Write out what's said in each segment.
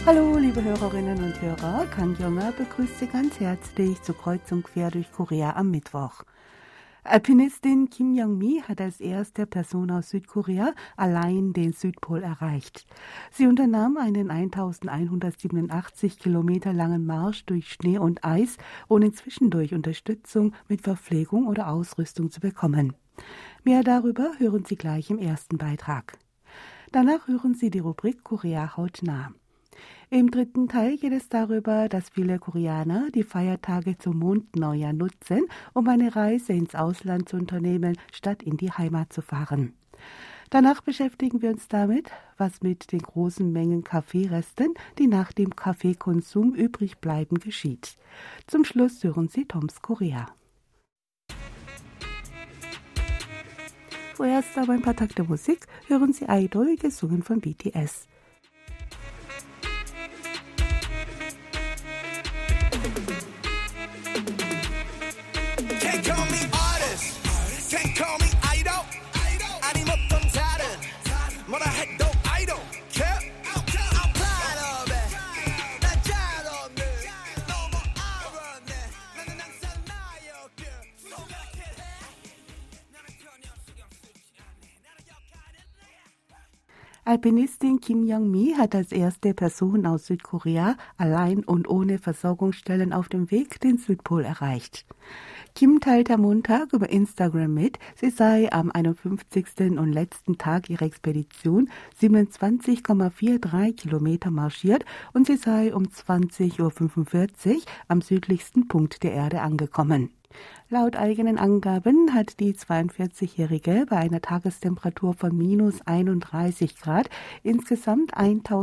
Hallo, liebe Hörerinnen und Hörer, Kang Yonga begrüßt Sie ganz herzlich zur Kreuzung quer durch Korea am Mittwoch. Alpinistin Kim Young-mi hat als erste Person aus Südkorea allein den Südpol erreicht. Sie unternahm einen 1187 Kilometer langen Marsch durch Schnee und Eis, ohne zwischendurch Unterstützung mit Verpflegung oder Ausrüstung zu bekommen. Mehr darüber hören Sie gleich im ersten Beitrag. Danach hören Sie die Rubrik Korea hautnah. Im dritten Teil geht es darüber, dass viele Koreaner die Feiertage zum Mondneujahr nutzen, um eine Reise ins Ausland zu unternehmen, statt in die Heimat zu fahren. Danach beschäftigen wir uns damit, was mit den großen Mengen Kaffeeresten, die nach dem Kaffeekonsum übrig bleiben, geschieht. Zum Schluss hören Sie Toms Korea. Vorerst aber ein paar Takte Musik, hören Sie Idol, gesungen von BTS. Alpinistin Kim Young-mi hat als erste Person aus Südkorea allein und ohne Versorgungsstellen auf dem Weg den Südpol erreicht. Kim teilte am Montag über Instagram mit, sie sei am 51. und letzten Tag ihrer Expedition 27,43 Kilometer marschiert und sie sei um 20:45 Uhr am südlichsten Punkt der Erde angekommen. Laut eigenen Angaben hat die 42-Jährige bei einer Tagestemperatur von minus 31 Grad insgesamt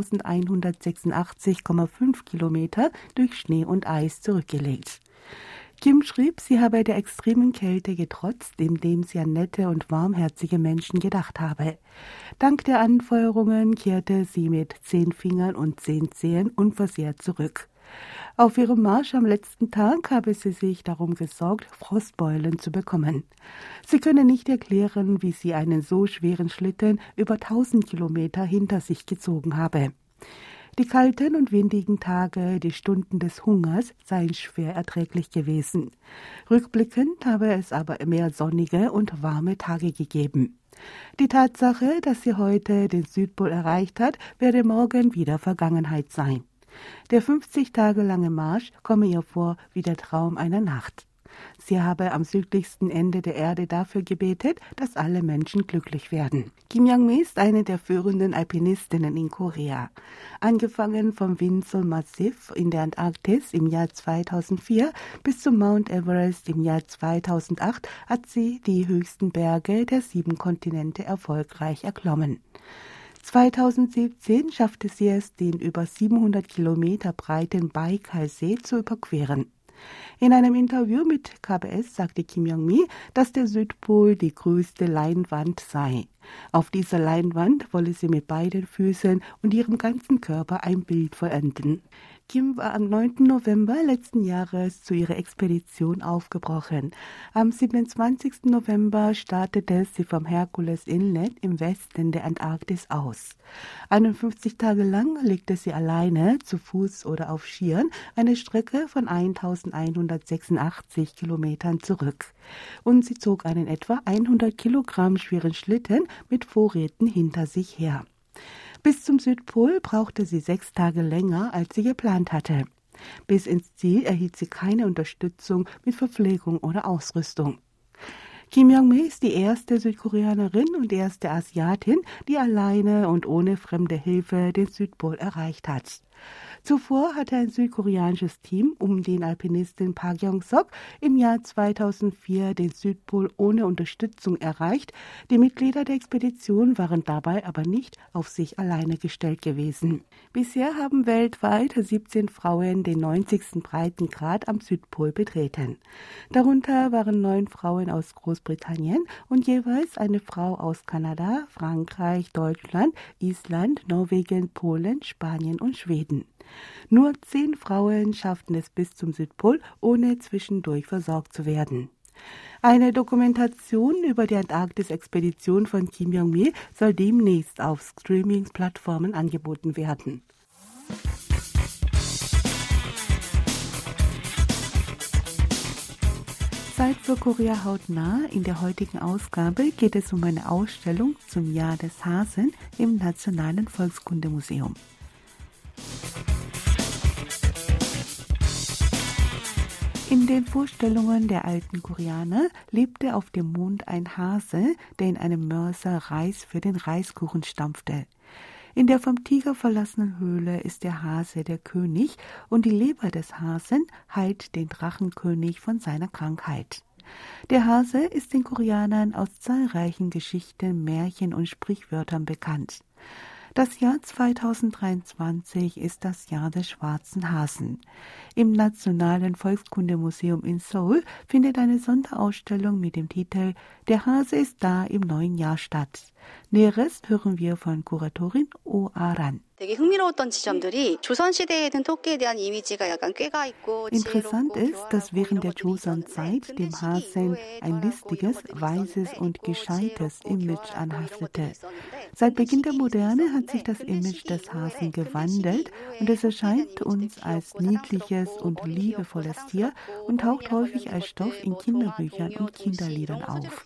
1186,5 Kilometer durch Schnee und Eis zurückgelegt. Kim schrieb, sie habe der extremen Kälte getrotzt, indem sie an nette und warmherzige Menschen gedacht habe. Dank der Anfeuerungen kehrte sie mit 10 Fingern und 10 Zehen unversehrt zurück. Auf ihrem Marsch am letzten Tag habe sie sich darum gesorgt, Frostbeulen zu bekommen. Sie könne nicht erklären, wie sie einen so schweren Schlitten über 1000 Kilometer hinter sich gezogen habe. Die kalten und windigen Tage, die Stunden des Hungers seien schwer erträglich gewesen. Rückblickend habe es aber mehr sonnige und warme Tage gegeben. Die Tatsache, dass sie heute den Südpol erreicht hat, werde morgen wieder Vergangenheit sein. Der 50 Tage lange Marsch komme ihr vor wie der Traum einer Nacht. Sie habe am südlichsten Ende der Erde dafür gebetet, dass alle Menschen glücklich werden. Kim Young-mi ist eine der führenden Alpinistinnen in Korea. Angefangen vom Windsor-Massiv in der Antarktis im Jahr 2004 bis zum Mount Everest im Jahr 2008 hat sie die höchsten Berge der 7 Kontinente erfolgreich erklommen. 2017 schaffte sie es, den über 700 Kilometer breiten Baikalsee zu überqueren. In einem Interview mit KBS sagte Kim Young-mi, dass der Südpol die größte Leinwand sei. Auf dieser Leinwand wolle sie mit beiden Füßen und ihrem ganzen Körper ein Bild vollenden. Kim war am 9. November letzten Jahres zu ihrer Expedition aufgebrochen. Am 27. November startete sie vom Hercules Inlet im Westen der Antarktis aus. 51 Tage lang legte sie alleine, zu Fuß oder auf Skiern, eine Strecke von 1186 Kilometern zurück. Und sie zog einen etwa 100 Kilogramm schweren Schlitten mit Vorräten hinter sich her. Bis zum Südpol brauchte sie 6 Tage länger, als sie geplant hatte. Bis ins Ziel erhielt sie keine Unterstützung mit Verpflegung oder Ausrüstung. Kim Young-mi ist die erste Südkoreanerin und erste Asiatin, die alleine und ohne fremde Hilfe den Südpol erreicht hat. Zuvor hatte ein südkoreanisches Team um den Alpinisten Park Young-sok im Jahr 2004 den Südpol ohne Unterstützung erreicht. Die Mitglieder der Expedition waren dabei aber nicht auf sich alleine gestellt gewesen. Bisher haben weltweit 17 Frauen den 90. Breitengrad am Südpol betreten. Darunter waren 9 Frauen aus Großbritannien und jeweils eine Frau aus Kanada, Frankreich, Deutschland, Island, Norwegen, Polen, Spanien und Schweden. Nur 10 Frauen schafften es bis zum Südpol, ohne zwischendurch versorgt zu werden. Eine Dokumentation über die Antarktis-Expedition von Kim Young-mi soll demnächst auf Streaming-Plattformen angeboten werden. Zeit für Korea hautnah. In der heutigen Ausgabe geht es um eine Ausstellung zum Jahr des Hasen im Nationalen Volkskundemuseum. In den Vorstellungen der alten Koreaner lebte auf dem Mond ein Hase, der in einem Mörser Reis für den Reiskuchen stampfte. In der vom Tiger verlassenen Höhle ist der Hase der König und die Leber des Hasen heilt den Drachenkönig von seiner Krankheit. Der Hase ist den Koreanern aus zahlreichen Geschichten, Märchen und Sprichwörtern bekannt. Das Jahr 2023 ist das Jahr des schwarzen Hasen. Im Nationalen Volkskundemuseum in Seoul findet eine Sonderausstellung mit dem Titel »Der Hase ist da im neuen Jahr« statt. Näheres hören wir von Kuratorin Oh Aran. Interessant ist, dass während der Joseon-Zeit dem Hasen ein listiges, weises und gescheites Image anhaftete. Seit Beginn der Moderne hat sich das Image des Hasen gewandelt und es erscheint uns als niedliches und liebevolles Tier und taucht häufig als Stoff in Kinderbüchern und Kinderliedern auf.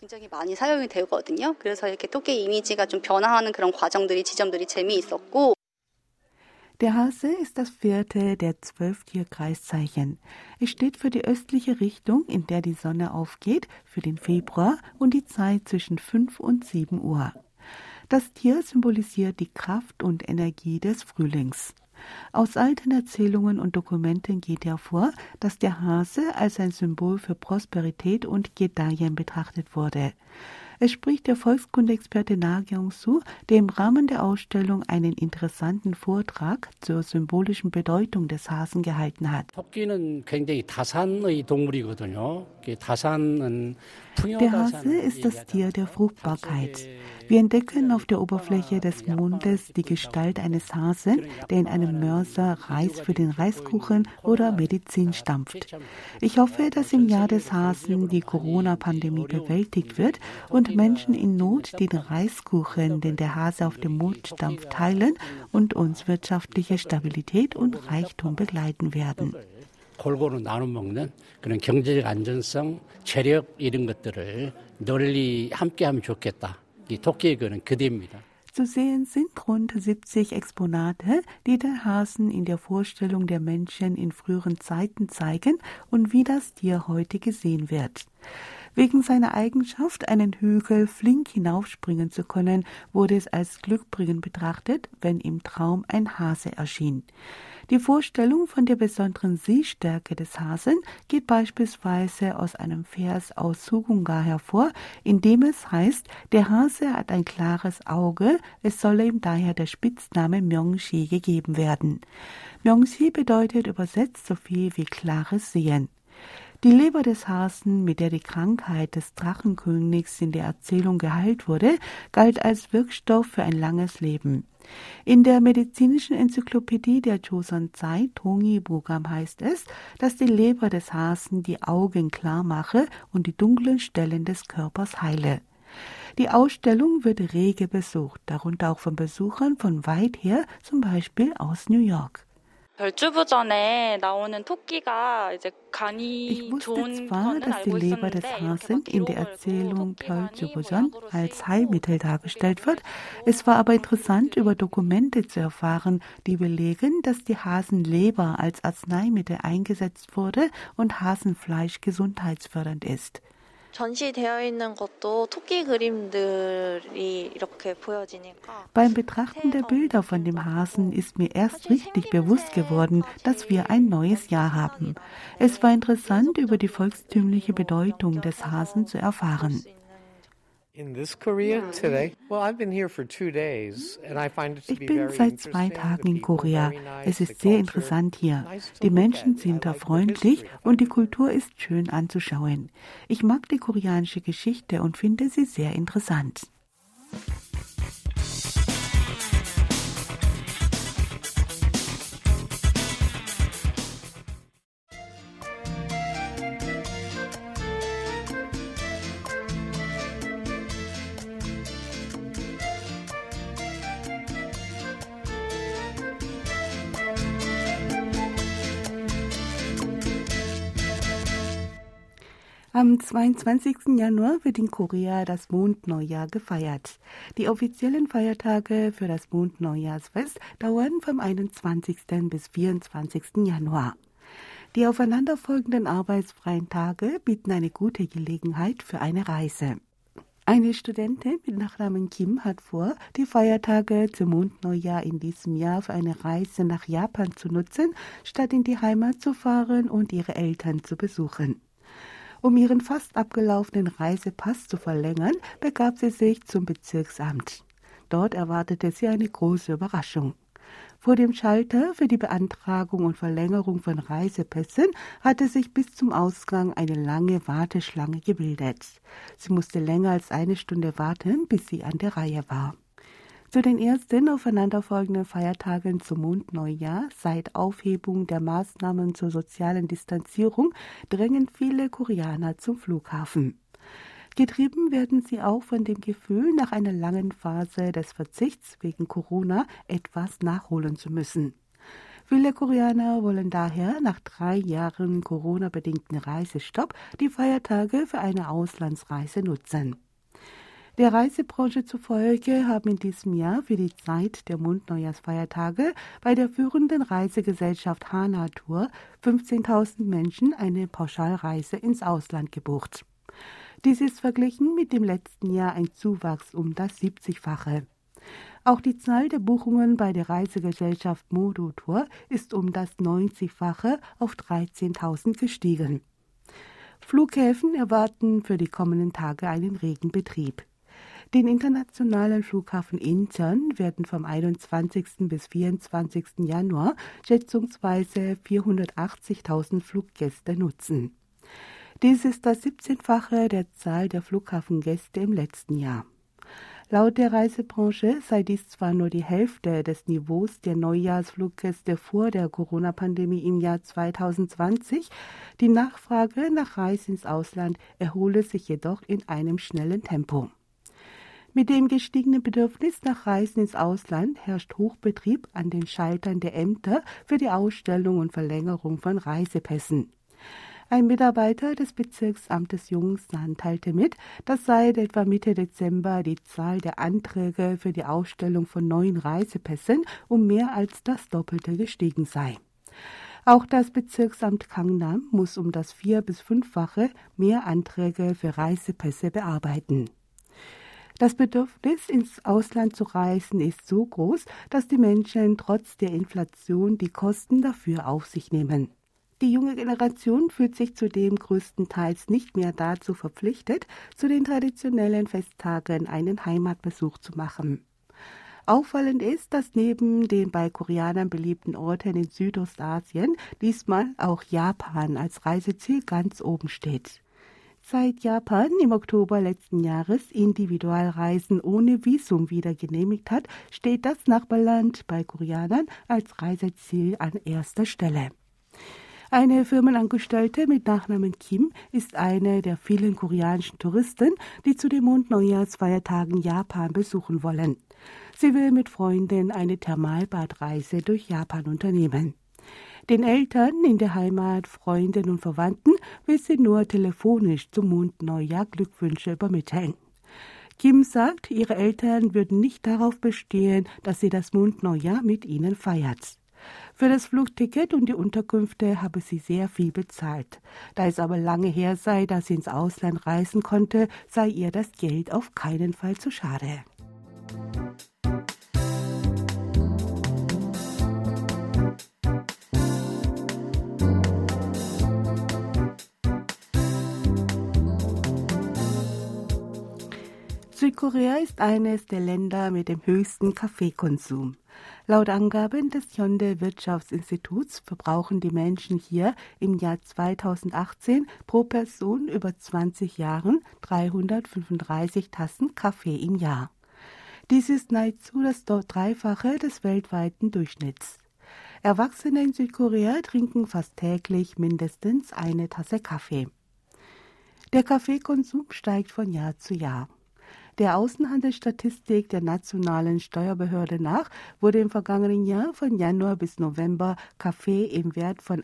Der Hase ist das 4. der 12 Tierkreiszeichen. Es steht für die östliche Richtung, in der die Sonne aufgeht, für den Februar und die Zeit zwischen 5 und 7 Uhr. Das Tier symbolisiert die Kraft und Energie des Frühlings. Aus alten Erzählungen und Dokumenten geht hervor, dass der Hase als ein Symbol für Prosperität und Gedeihen betrachtet wurde. Es spricht der Volkskundeexperte Na Kyung-soo, der im Rahmen der Ausstellung einen interessanten Vortrag zur symbolischen Bedeutung des Hasen gehalten hat. Der Hase ist das Tier der Fruchtbarkeit. Wir entdecken auf der Oberfläche des Mondes die Gestalt eines Hasen, der in einem Mörser Reis für den Reiskuchen oder Medizin stampft. Ich hoffe, dass im Jahr des Hasen die Corona-Pandemie bewältigt wird und Menschen in Not den Reiskuchen, den der Hase auf dem Mond stampft, teilen und uns wirtschaftliche Stabilität und Reichtum begleiten werden. 골고루 나눠 먹는 그런 경제적 안전성, 체력 이런 것들을 널리 함께하면 좋겠다. 이 토끼의 그런 기대입니다. Zu sehen sind rund 70 Exponate, die den Hasen in der Vorstellung der Menschen in früheren Zeiten zeigen und wie das Tier heute gesehen wird. Wegen seiner Eigenschaft, einen Hügel flink hinaufspringen zu können, wurde es als glückbringend betrachtet, wenn im Traum ein Hase erschien. Die Vorstellung von der besonderen Sehstärke des Hasen geht beispielsweise aus einem Vers aus Sugunga hervor, in dem es heißt, der Hase hat ein klares Auge, es solle ihm daher der Spitzname Myongsi gegeben werden. Myongsi bedeutet übersetzt so viel wie klares Sehen. Die Leber des Hasen, mit der die Krankheit des Drachenkönigs in der Erzählung geheilt wurde, galt als Wirkstoff für ein langes Leben. In der medizinischen Enzyklopädie der Joseon-Zeit, Dongi Bogam, heißt es, dass die Leber des Hasen die Augen klar mache und die dunklen Stellen des Körpers heile. Die Ausstellung wird rege besucht, darunter auch von Besuchern von weit her, zum Beispiel aus New York. Ich wusste zwar, dass die Leber des Hasen in der Erzählung Pyeoljubujeon als Heilmittel dargestellt wird. Es war aber interessant, über Dokumente zu erfahren, die belegen, dass die Hasenleber als Arzneimittel eingesetzt wurde und Hasenfleisch gesundheitsfördernd ist. Beim Betrachten der Bilder von dem Hasen ist mir erst richtig bewusst geworden, dass wir ein neues Jahr haben. Es war interessant, über die volkstümliche Bedeutung des Hasen zu erfahren. Ich bin seit 2 Tagen in Korea. Es ist sehr interessant hier. Die Menschen sind da freundlich und die Kultur ist schön anzuschauen. Ich mag die koreanische Geschichte und finde sie sehr interessant. Am 22. Januar wird in Korea das Mondneujahr gefeiert. Die offiziellen Feiertage für das Mondneujahrsfest dauern vom 21. bis 24. Januar. Die aufeinanderfolgenden arbeitsfreien Tage bieten eine gute Gelegenheit für eine Reise. Eine Studentin mit Nachnamen Kim hat vor, die Feiertage zum Mondneujahr in diesem Jahr für eine Reise nach Japan zu nutzen, statt in die Heimat zu fahren und ihre Eltern zu besuchen. Um ihren fast abgelaufenen Reisepass zu verlängern, begab sie sich zum Bezirksamt. Dort erwartete sie eine große Überraschung. Vor dem Schalter für die Beantragung und Verlängerung von Reisepässen hatte sich bis zum Ausgang eine lange Warteschlange gebildet. Sie musste länger als eine Stunde warten, bis sie an der Reihe war. Zu den ersten aufeinanderfolgenden Feiertagen zum Mondneujahr seit Aufhebung der Maßnahmen zur sozialen Distanzierung drängen viele Koreaner zum Flughafen. Getrieben werden sie auch von dem Gefühl, nach einer langen Phase des Verzichts wegen Corona etwas nachholen zu müssen. Viele Koreaner wollen daher nach 3 Jahren Corona-bedingten Reisestopp die Feiertage für eine Auslandsreise nutzen. Der Reisebranche zufolge haben in diesem Jahr für die Zeit der Mondneujahrsfeiertage bei der führenden Reisegesellschaft Hana Tour 15.000 Menschen eine Pauschalreise ins Ausland gebucht. Dies ist verglichen mit dem letzten Jahr ein Zuwachs um das 70-fache. Auch die Zahl der Buchungen bei der Reisegesellschaft Modo Tour ist um das 90-fache auf 13.000 gestiegen. Flughäfen erwarten für die kommenden Tage einen regen Betrieb. Den internationalen Flughafen Incheon werden vom 21. bis 24. Januar schätzungsweise 480.000 Fluggäste nutzen. Dies ist das 17-fache der Zahl der Flughafengäste im letzten Jahr. Laut der Reisebranche sei dies zwar nur die Hälfte des Niveaus der Neujahrsfluggäste vor der Corona-Pandemie im Jahr 2020, die Nachfrage nach Reisen ins Ausland erhole sich jedoch in einem schnellen Tempo. Mit dem gestiegenen Bedürfnis nach Reisen ins Ausland herrscht Hochbetrieb an den Schaltern der Ämter für die Ausstellung und Verlängerung von Reisepässen. Ein Mitarbeiter des Bezirksamtes Yongsan teilte mit, dass seit etwa Mitte Dezember die Zahl der Anträge für die Ausstellung von neuen Reisepässen um mehr als das Doppelte gestiegen sei. Auch das Bezirksamt Gangnam muss um das 4- bis 5-fache mehr Anträge für Reisepässe bearbeiten. Das Bedürfnis, ins Ausland zu reisen, ist so groß, dass die Menschen trotz der Inflation die Kosten dafür auf sich nehmen. Die junge Generation fühlt sich zudem größtenteils nicht mehr dazu verpflichtet, zu den traditionellen Festtagen einen Heimatbesuch zu machen. Auffallend ist, dass neben den bei Koreanern beliebten Orten in Südostasien diesmal auch Japan als Reiseziel ganz oben steht. Seit Japan im Oktober letzten Jahres Individualreisen ohne Visum wieder genehmigt hat, steht das Nachbarland bei Koreanern als Reiseziel an erster Stelle. Eine Firmenangestellte mit Nachnamen Kim ist eine der vielen koreanischen Touristen, die zu den Mondneujahrsfeiertagen Japan besuchen wollen. Sie will mit Freunden eine Thermalbadreise durch Japan unternehmen. Den Eltern in der Heimat, Freunden und Verwandten will sie nur telefonisch zum Mondneujahr Glückwünsche übermitteln. Kim sagt, ihre Eltern würden nicht darauf bestehen, dass sie das Mondneujahr mit ihnen feiert. Für das Flugticket und die Unterkünfte habe sie sehr viel bezahlt. Da es aber lange her sei, dass sie ins Ausland reisen konnte, sei ihr das Geld auf keinen Fall zu schade. Südkorea ist eines der Länder mit dem höchsten Kaffeekonsum. Laut Angaben des Hyundai Wirtschaftsinstituts verbrauchen die Menschen hier im Jahr 2018 pro Person über 20 Jahren 335 Tassen Kaffee im Jahr. Dies ist nahezu das Dreifache des weltweiten Durchschnitts. Erwachsene in Südkorea trinken fast täglich mindestens eine Tasse Kaffee. Der Kaffeekonsum steigt von Jahr zu Jahr. Der Außenhandelsstatistik der nationalen Steuerbehörde nach wurde im vergangenen Jahr von Januar bis November Kaffee im Wert von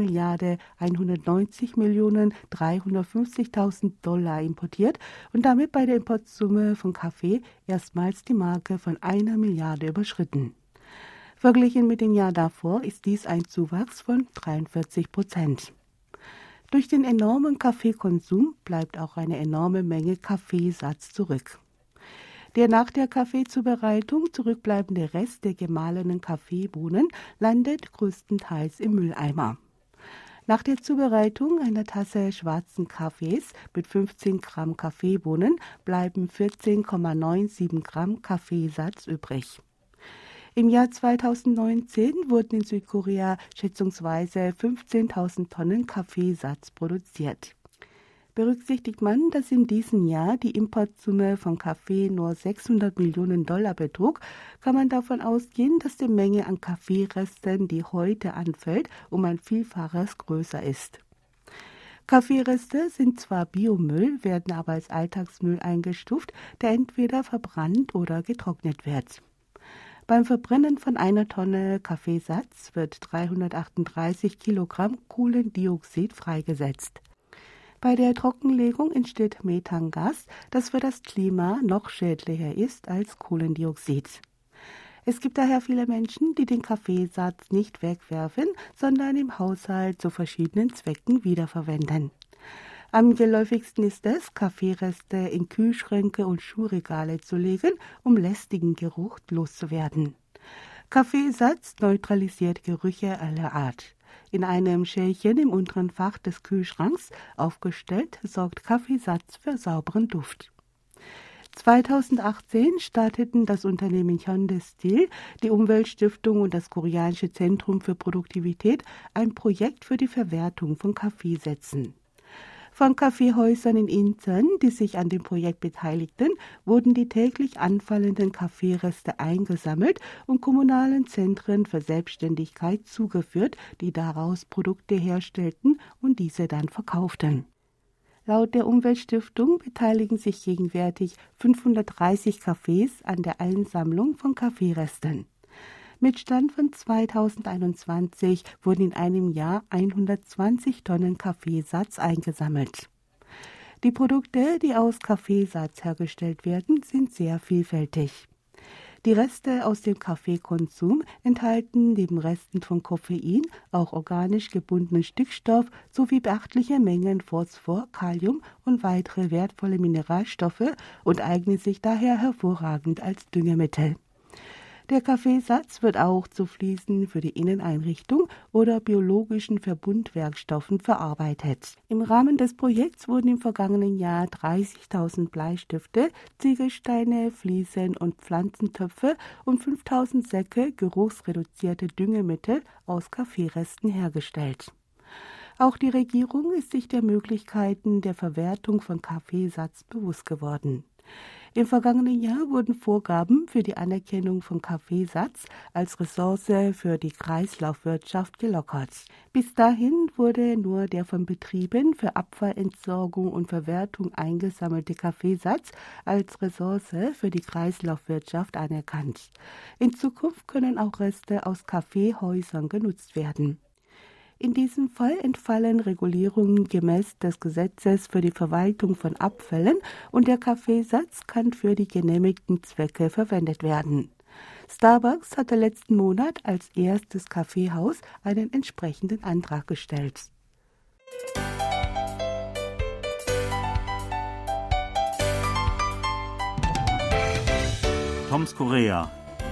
1.190.350.000 Dollar importiert und damit bei der Importsumme von Kaffee erstmals die Marke von 1 Milliarde überschritten. Verglichen mit dem Jahr davor ist dies ein Zuwachs von 43%. Durch den enormen Kaffeekonsum bleibt auch eine enorme Menge Kaffeesatz zurück. Der nach der Kaffeezubereitung zurückbleibende Rest der gemahlenen Kaffeebohnen landet größtenteils im Mülleimer. Nach der Zubereitung einer Tasse schwarzen Kaffees mit 15 Gramm Kaffeebohnen bleiben 14,97 Gramm Kaffeesatz übrig. Im Jahr 2019 wurden in Südkorea schätzungsweise 15.000 Tonnen Kaffeesatz produziert. Berücksichtigt man, dass in diesem Jahr die Importsumme von Kaffee nur 600 Millionen Dollar betrug, kann man davon ausgehen, dass die Menge an Kaffeeresten, die heute anfällt, um ein Vielfaches größer ist. Kaffeereste sind zwar Biomüll, werden aber als Alltagsmüll eingestuft, der entweder verbrannt oder getrocknet wird. Beim Verbrennen von einer Tonne Kaffeesatz wird 338 Kilogramm Kohlendioxid freigesetzt. Bei der Trockenlegung entsteht Methangas, das für das Klima noch schädlicher ist als Kohlendioxid. Es gibt daher viele Menschen, die den Kaffeesatz nicht wegwerfen, sondern im Haushalt zu verschiedenen Zwecken wiederverwenden. Am geläufigsten ist es, Kaffeereste in Kühlschränke und Schuhregale zu legen, um lästigen Geruch loszuwerden. Kaffeesatz neutralisiert Gerüche aller Art. In einem Schälchen im unteren Fach des Kühlschranks aufgestellt, sorgt Kaffeesatz für sauberen Duft. 2018 starteten das Unternehmen Hyundai Steel, die Umweltstiftung und das Koreanische Zentrum für Produktivität ein Projekt für die Verwertung von Kaffeesätzen. Von Kaffeehäusern in Incheon, die sich an dem Projekt beteiligten, wurden die täglich anfallenden Kaffeereste eingesammelt und kommunalen Zentren für Selbstständigkeit zugeführt, die daraus Produkte herstellten und diese dann verkauften. Laut der Umweltstiftung beteiligen sich gegenwärtig 530 Cafés an der Einsammlung von Kaffeeresten. Mit Stand von 2021 wurden in einem Jahr 120 Tonnen Kaffeesatz eingesammelt. Die Produkte, die aus Kaffeesatz hergestellt werden, sind sehr vielfältig. Die Reste aus dem Kaffeekonsum enthalten neben Resten von Koffein auch organisch gebundenen Stickstoff sowie beachtliche Mengen Phosphor, Kalium und weitere wertvolle Mineralstoffe und eignen sich daher hervorragend als Düngemittel. Der Kaffeesatz wird auch zu Fliesen für die Inneneinrichtung oder biologischen Verbundwerkstoffen verarbeitet. Im Rahmen des Projekts wurden im vergangenen Jahr 30.000 Bleistifte, Ziegelsteine, Fliesen und Pflanzentöpfe und 5.000 Säcke geruchsreduzierte Düngemittel aus Kaffeeresten hergestellt. Auch die Regierung ist sich der Möglichkeiten der Verwertung von Kaffeesatz bewusst geworden. Im vergangenen Jahr wurden Vorgaben für die Anerkennung von Kaffeesatz als Ressource für die Kreislaufwirtschaft gelockert. Bis dahin wurde nur der von Betrieben für Abfallentsorgung und Verwertung eingesammelte Kaffeesatz als Ressource für die Kreislaufwirtschaft anerkannt. In Zukunft können auch Reste aus Kaffeehäusern genutzt werden. In diesem Fall entfallen Regulierungen gemäß des Gesetzes für die Verwaltung von Abfällen und der Kaffeesatz kann für die genehmigten Zwecke verwendet werden. Starbucks hatte letzten Monat als erstes Kaffeehaus einen entsprechenden Antrag gestellt. Toms Korea.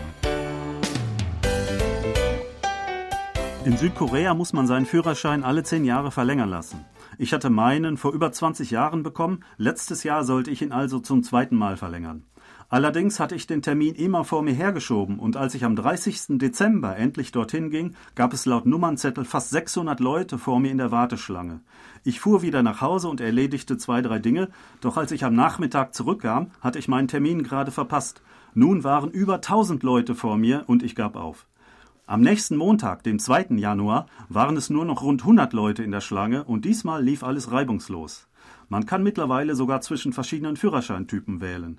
In Südkorea muss man seinen Führerschein alle 10 Jahre verlängern lassen. Ich hatte meinen vor über 20 Jahren bekommen, letztes Jahr sollte ich ihn also zum 2. Mal verlängern. Allerdings hatte ich den Termin immer vor mir hergeschoben und als ich am 30. Dezember endlich dorthin ging, gab es laut Nummernzettel fast 600 Leute vor mir in der Warteschlange. Ich fuhr wieder nach Hause und erledigte 2, 3 Dinge, doch als ich am Nachmittag zurückkam, hatte ich meinen Termin gerade verpasst. Nun waren über 1000 Leute vor mir und ich gab auf. Am nächsten Montag, dem 2. Januar, waren es nur noch rund 100 Leute in der Schlange und diesmal lief alles reibungslos. Man kann mittlerweile sogar zwischen verschiedenen Führerscheintypen wählen.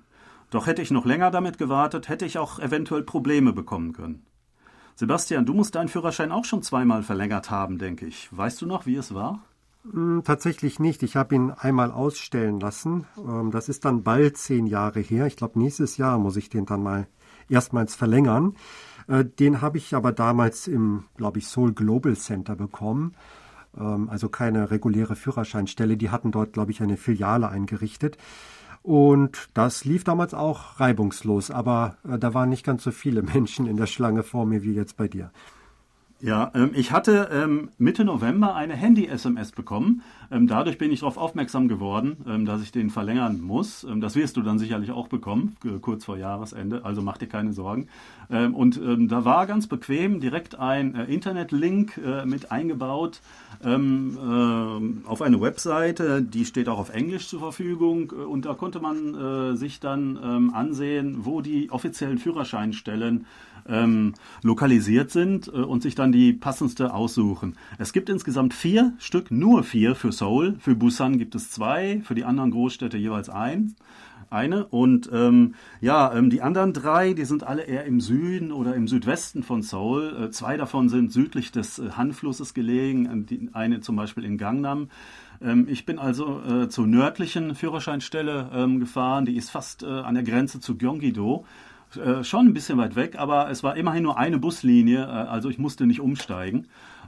Doch hätte ich noch länger damit gewartet, hätte ich auch eventuell Probleme bekommen können. Sebastian, du musst deinen Führerschein auch schon 2-mal verlängert haben, denke ich. Weißt du noch, wie es war? Tatsächlich nicht. Ich habe ihn einmal ausstellen lassen. Das ist dann bald 10 Jahre her. Ich glaube, nächstes Jahr muss ich den dann mal erstmals verlängern. Den habe ich aber damals im, glaube ich, Seoul Global Center bekommen. Also keine reguläre Führerscheinstelle. Die hatten dort, glaube ich, eine Filiale eingerichtet. Und das lief damals auch reibungslos. Aber da waren nicht ganz so viele Menschen in der Schlange vor mir wie jetzt bei dir. Ja, ich hatte Mitte November eine Handy-SMS bekommen. Dadurch bin ich darauf aufmerksam geworden, dass ich den verlängern muss. Das wirst du dann sicherlich auch bekommen, kurz vor Jahresende, also mach dir keine Sorgen. Und da war ganz bequem direkt ein Internetlink mit eingebaut auf eine Webseite, die steht auch auf Englisch zur Verfügung. Und da konnte man sich dann ansehen, wo die offiziellen Führerscheinstellen lokalisiert sind und sich dann die passendste aussuchen. Es gibt insgesamt 4 Stück, nur 4 für Seoul. Für Busan gibt es 2, für die anderen Großstädte jeweils eine. Und die anderen 3, die sind alle eher im Süden oder im Südwesten von Seoul. 2 davon sind südlich des Han-Flusses gelegen, eine zum Beispiel in Gangnam. Ich bin also zur nördlichen Führerscheinstelle gefahren, die ist fast an der Grenze zu Gyeonggi-do. Schon ein bisschen weit weg, aber es war immerhin nur eine Buslinie, also ich musste nicht umsteigen.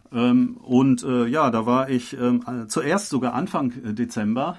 Da war ich zuerst sogar Anfang Dezember.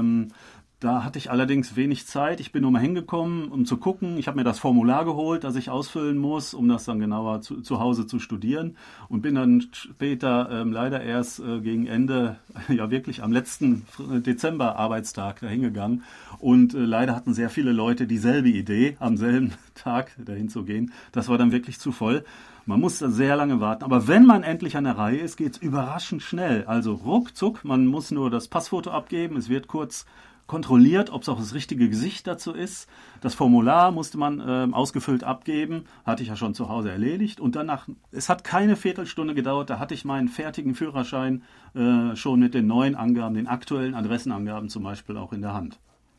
Da hatte ich allerdings wenig Zeit. Ich bin nur mal hingekommen, um zu gucken. Ich habe mir das Formular geholt, das ich ausfüllen muss, um das dann genauer zu Hause zu studieren. Und bin dann später leider erst gegen Ende, ja wirklich am letzten Dezember-Arbeitstag dahin gegangen. Und leider hatten sehr viele Leute dieselbe Idee, am selben Tag dahin zu gehen. Das war dann wirklich zu voll. Man muss da sehr lange warten. Aber wenn man endlich an der Reihe ist, geht es überraschend schnell. Also ruckzuck, man muss nur das Passfoto abgeben. Es wird kurz kontrolliert, ob es auch das richtige Gesicht dazu ist. Das Formular musste man ausgefüllt abgeben, hatte ich ja schon zu Hause erledigt. Und danach, es hat keine Viertelstunde gedauert, da hatte ich meinen fertigen Führerschein schon mit den neuen Angaben, den aktuellen Adressenangaben zum Beispiel auch in der Hand.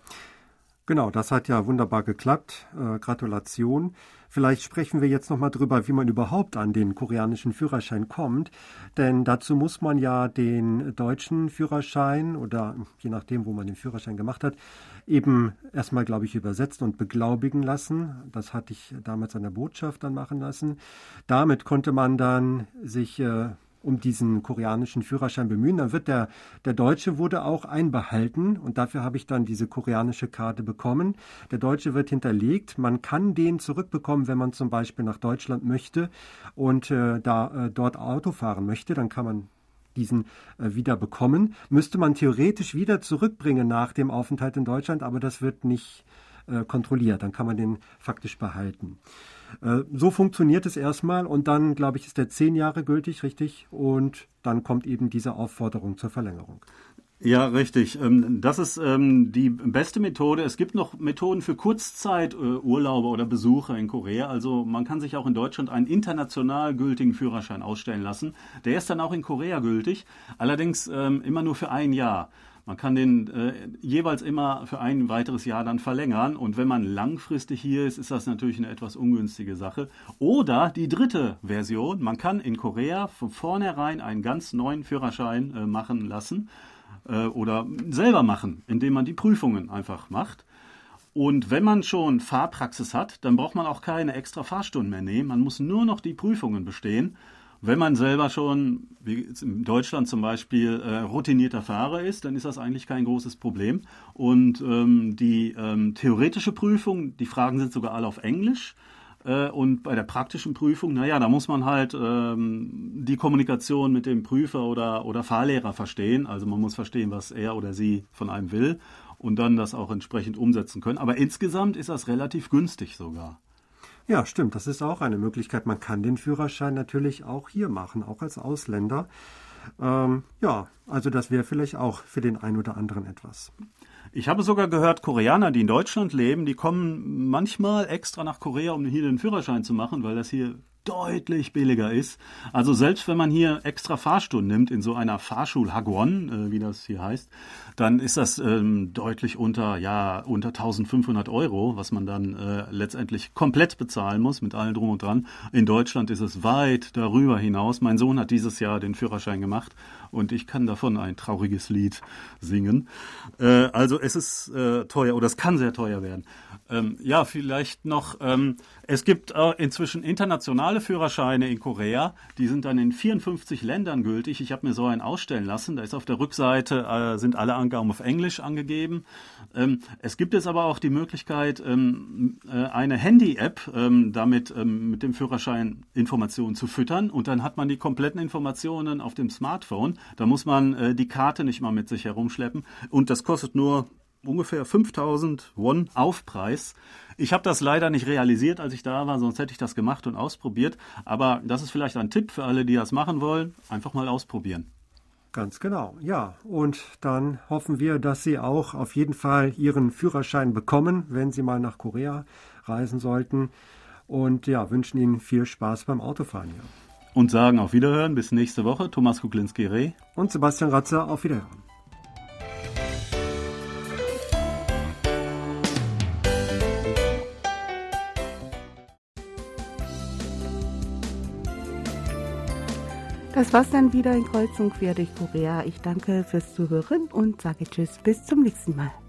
Genau, das hat ja wunderbar geklappt. Gratulation. Vielleicht sprechen wir jetzt nochmal drüber, wie man überhaupt an den koreanischen Führerschein kommt. Denn dazu muss man ja den deutschen Führerschein oder je nachdem, wo man den Führerschein gemacht hat, eben erstmal, glaube ich, übersetzen und beglaubigen lassen. Das hatte ich damals an der Botschaft dann machen lassen. Damit konnte man dann sich um diesen koreanischen Führerschein bemühen. Dann wird der Deutsche wurde auch einbehalten und dafür habe ich dann diese koreanische Karte bekommen. Der Deutsche wird hinterlegt. Man kann den zurückbekommen, wenn man zum Beispiel nach Deutschland möchte und dort Auto fahren möchte. Dann kann man diesen wieder bekommen. Müsste man theoretisch wieder zurückbringen nach dem Aufenthalt in Deutschland, aber das wird nicht kontrolliert. Dann kann man den faktisch behalten. So funktioniert es erstmal und dann, glaube ich, ist der 10 Jahre gültig, richtig? Und dann kommt eben diese Aufforderung zur Verlängerung. Ja, richtig. Das ist die beste Methode. Es gibt noch Methoden für Kurzzeiturlaube oder Besuche in Korea. Also man kann sich auch in Deutschland einen international gültigen Führerschein ausstellen lassen. Der ist dann auch in Korea gültig, allerdings immer nur für 1 Jahr. Man kann den jeweils immer für ein weiteres Jahr dann verlängern. Und wenn man langfristig hier ist, ist das natürlich eine etwas ungünstige Sache. Oder die dritte Version, man kann in Korea von vornherein einen ganz neuen Führerschein machen lassen oder selber machen, indem man die Prüfungen einfach macht. Und wenn man schon Fahrpraxis hat, dann braucht man auch keine extra Fahrstunden mehr nehmen. Man muss nur noch die Prüfungen bestehen. Wenn man selber schon, wie in Deutschland zum Beispiel, routinierter Fahrer ist, dann ist das eigentlich kein großes Problem. Und die theoretische Prüfung, die Fragen sind sogar alle auf Englisch. Und bei der praktischen Prüfung, da muss man halt die Kommunikation mit dem Prüfer oder Fahrlehrer verstehen. Also man muss verstehen, was er oder sie von einem will und dann das auch entsprechend umsetzen können. Aber insgesamt ist das relativ günstig sogar. Ja, stimmt. Das ist auch eine Möglichkeit. Man kann den Führerschein natürlich auch hier machen, auch als Ausländer. Also das wäre vielleicht auch für den einen oder anderen etwas. Ich habe sogar gehört, Koreaner, die in Deutschland leben, die kommen manchmal extra nach Korea, um hier den Führerschein zu machen, weil das hier deutlich billiger ist. Also selbst wenn man hier extra Fahrstunden nimmt in so einer Fahrschul-Hagwon, wie das hier heißt, dann ist das deutlich unter 1.500 €, was man dann letztendlich komplett bezahlen muss mit allem drum und dran. In Deutschland ist es weit darüber hinaus. Mein Sohn hat dieses Jahr den Führerschein gemacht und ich kann davon ein trauriges Lied singen. Also es ist teuer oder es kann sehr teuer werden. Vielleicht noch, es gibt inzwischen internationale Führerscheine in Korea, die sind dann in 54 Ländern gültig. Ich habe mir so einen ausstellen lassen, da ist auf der Rückseite, sind alle Angaben auf Englisch angegeben. Es gibt jetzt aber auch die Möglichkeit, eine Handy-App damit mit dem Führerschein Informationen zu füttern und dann hat man die kompletten Informationen auf dem Smartphone. Da muss man die Karte nicht mal mit sich herumschleppen und das kostet nur ungefähr 5.000 Won Aufpreis. Ich habe das leider nicht realisiert, als ich da war, sonst hätte ich das gemacht und ausprobiert. Aber das ist vielleicht ein Tipp für alle, die das machen wollen. Einfach mal ausprobieren. Ganz genau, ja. Und dann hoffen wir, dass Sie auch auf jeden Fall Ihren Führerschein bekommen, wenn Sie mal nach Korea reisen sollten. Und ja, wünschen Ihnen viel Spaß beim Autofahren hier. Und sagen auf Wiederhören, bis nächste Woche. Thomas Kuklinski-Reh und Sebastian Ratzer, auf Wiederhören. Das war's dann wieder in Kreuz und Quer durch Korea. Ich danke fürs Zuhören und sage Tschüss, bis zum nächsten Mal.